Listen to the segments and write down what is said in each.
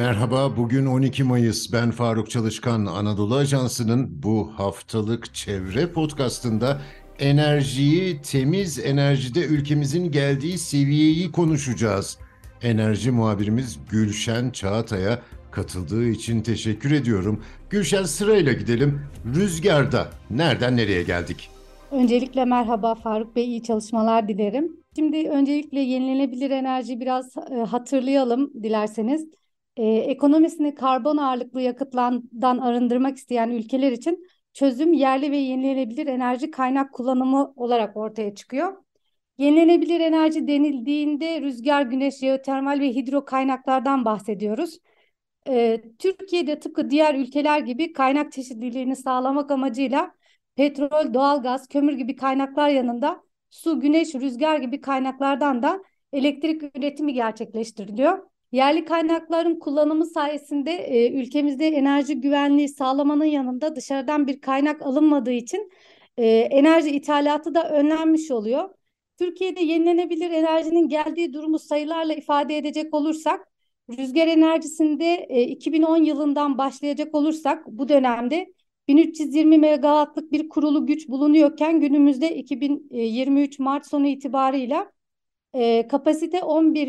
Merhaba, bugün 12 Mayıs. Ben Faruk Çalışkan. Anadolu Ajansı'nın bu haftalık çevre podcastında enerjiyi, temiz enerjide ülkemizin geldiği seviyeyi konuşacağız. Enerji muhabirimiz Gülşen Çağatay'a katıldığı için teşekkür ediyorum. Gülşen, sırayla gidelim. Rüzgarda nereden nereye geldik? Öncelikle merhaba Faruk Bey, iyi çalışmalar dilerim. Şimdi öncelikle yenilenebilir enerji biraz hatırlayalım dilerseniz. Ekonomisini karbon ağırlıklı yakıtlardan arındırmak isteyen ülkeler için çözüm yerli ve yenilenebilir enerji kaynak kullanımı olarak ortaya çıkıyor. Yenilenebilir enerji denildiğinde rüzgar, güneş, jeotermal ve hidro kaynaklardan bahsediyoruz. Türkiye'de tıpkı diğer ülkeler gibi kaynak çeşitliliğini sağlamak amacıyla petrol, doğalgaz, kömür gibi kaynaklar yanında su, güneş, rüzgar gibi kaynaklardan da elektrik üretimi gerçekleştiriliyor. Yerli kaynakların kullanımı sayesinde ülkemizde enerji güvenliği sağlamanın yanında dışarıdan bir kaynak alınmadığı için enerji ithalatı da önlenmiş oluyor. Türkiye'de yenilenebilir enerjinin geldiği durumu sayılarla ifade edecek olursak, rüzgar enerjisinde 2010 yılından başlayacak olursak bu dönemde 1320 megawattlık bir kurulu güç bulunuyorken günümüzde 2023 Mart sonu itibarıyla kapasite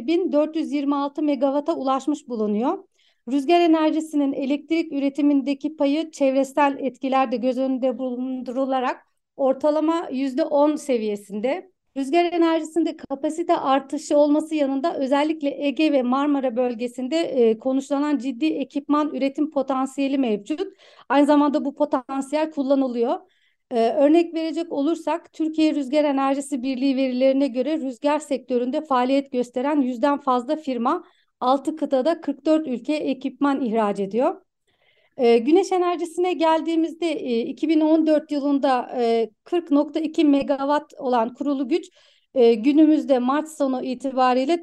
11.426 megawata ulaşmış bulunuyor. Rüzgar enerjisinin elektrik üretimindeki payı çevresel etkiler de göz önünde bulundurularak ortalama %10 seviyesinde. Rüzgar enerjisinde kapasite artışı olması yanında özellikle Ege ve Marmara bölgesinde konuşlanan ciddi ekipman üretim potansiyeli mevcut. Aynı zamanda bu potansiyel kullanılıyor. Örnek verecek olursak Türkiye Rüzgar Enerjisi Birliği verilerine göre rüzgar sektöründe faaliyet gösteren yüzden fazla firma 6 kıtada 44 ülkeye ekipman ihraç ediyor. Güneş enerjisine geldiğimizde 2014 yılında 40,2 megawatt olan kurulu güç günümüzde Mart sonu itibariyle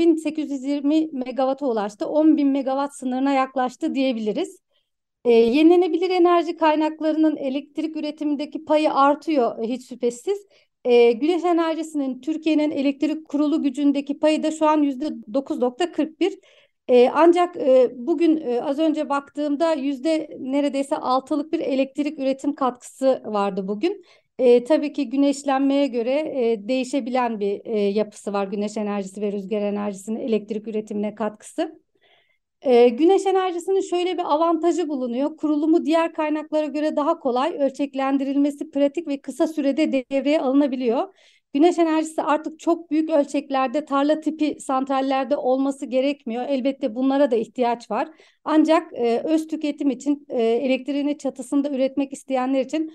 9.820 megawatt'a ulaştı. 10.000 megawatt sınırına yaklaştı diyebiliriz. Yenilenebilir enerji kaynaklarının elektrik üretimindeki payı artıyor hiç şüphesiz. Güneş enerjisinin Türkiye'nin elektrik kurulu gücündeki payı da şu an %9,41. Ancak bugün az önce baktığımda yüzde neredeyse altılık bir elektrik üretim katkısı vardı bugün. Tabii ki güneşlenmeye göre değişebilen bir yapısı var güneş enerjisi ve rüzgar enerjisinin elektrik üretimine katkısı. Güneş enerjisinin şöyle bir avantajı bulunuyor. Kurulumu diğer kaynaklara göre daha kolay, ölçeklendirilmesi pratik ve kısa sürede devreye alınabiliyor. Güneş enerjisi artık çok büyük ölçeklerde tarla tipi santrallerde olması gerekmiyor. Elbette bunlara da ihtiyaç var. Ancak öz tüketim için elektriğini çatısında üretmek isteyenler için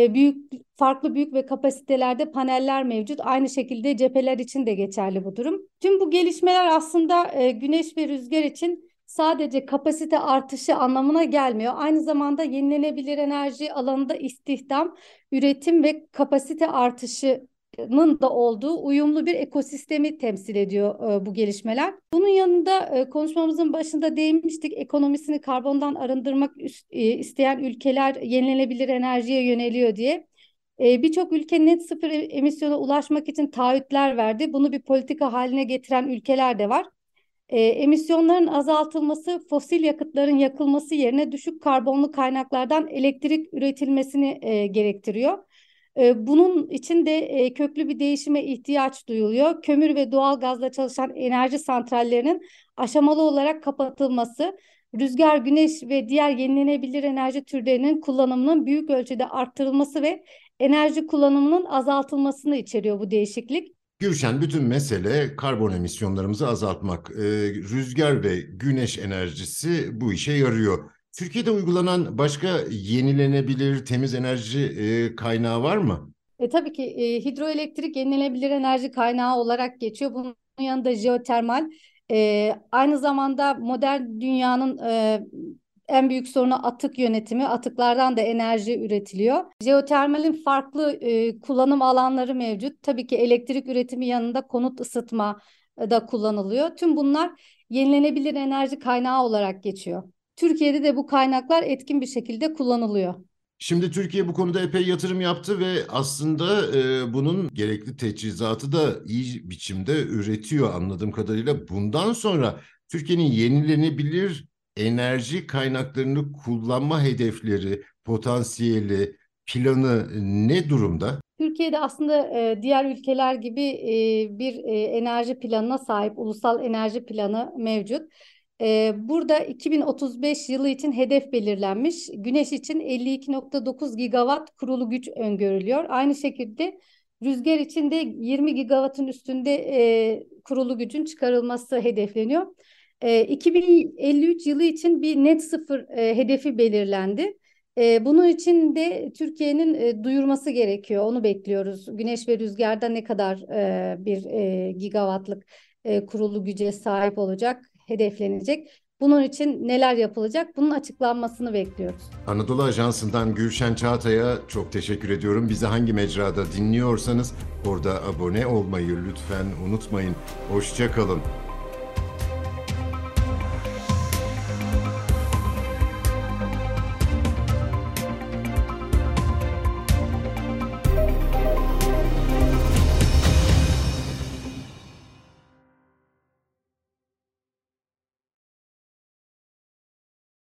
farklı büyük ve kapasitelerde paneller mevcut. Aynı şekilde cepheler için de geçerli bu durum. Tüm bu gelişmeler aslında güneş ve rüzgar için sadece kapasite artışı anlamına gelmiyor. Aynı zamanda yenilenebilir enerji alanında istihdam, üretim ve kapasite artışının da olduğu uyumlu bir ekosistemi temsil ediyor bu gelişmeler. Bunun yanında konuşmamızın başında değinmiştik, ekonomisini karbondan arındırmak isteyen ülkeler yenilenebilir enerjiye yöneliyor diye. Birçok ülke net sıfır emisyona ulaşmak için taahhütler verdi. Bunu bir politika haline getiren ülkeler de var. Emisyonların azaltılması, fosil yakıtların yakılması yerine düşük karbonlu kaynaklardan elektrik üretilmesini gerektiriyor. Bunun için de köklü bir değişime ihtiyaç duyuluyor. Kömür ve doğal gazla çalışan enerji santrallerinin aşamalı olarak kapatılması, rüzgar, güneş ve diğer yenilenebilir enerji türlerinin kullanımının büyük ölçüde arttırılması ve enerji kullanımının azaltılmasını içeriyor bu değişiklik. Gülşen, bütün mesele karbon emisyonlarımızı azaltmak. Rüzgar ve güneş enerjisi bu işe yarıyor. Türkiye'de uygulanan başka yenilenebilir temiz enerji kaynağı var mı? Tabii ki hidroelektrik yenilenebilir enerji kaynağı olarak geçiyor. Bunun yanında jeotermal, aynı zamanda modern dünyanın en büyük sorunu atık yönetimi. Atıklardan da enerji üretiliyor. Jeotermalin farklı kullanım alanları mevcut. Tabii ki elektrik üretimi yanında konut ısıtma da kullanılıyor. Tüm bunlar yenilenebilir enerji kaynağı olarak geçiyor. Türkiye'de de bu kaynaklar etkin bir şekilde kullanılıyor. Şimdi Türkiye bu konuda epey yatırım yaptı ve aslında bunun gerekli teçhizatı da iyi biçimde üretiyor anladığım kadarıyla. Bundan sonra Türkiye'nin yenilenebilir enerji kaynaklarını kullanma hedefleri, potansiyeli, planı ne durumda? Türkiye'de aslında diğer ülkeler gibi bir enerji planına sahip, ulusal enerji planı mevcut. Burada 2035 yılı için hedef belirlenmiş. Güneş için 52,9 gigawatt kurulu güç öngörülüyor. Aynı şekilde rüzgar için de 20 gigawattın üstünde kurulu gücün çıkarılması hedefleniyor. 2053 yılı için bir net sıfır hedefi belirlendi. Bunun için de Türkiye'nin duyurması gerekiyor. Onu bekliyoruz. Güneş ve rüzgarda ne kadar bir gigawattlık kurulu güce sahip olacak, hedeflenecek. Bunun için neler yapılacak? Bunun açıklanmasını bekliyoruz. Anadolu Ajansı'ndan Gülşen Çağatay'a çok teşekkür ediyorum. Bizi hangi mecrada dinliyorsanız orada abone olmayı lütfen unutmayın. Hoşça kalın.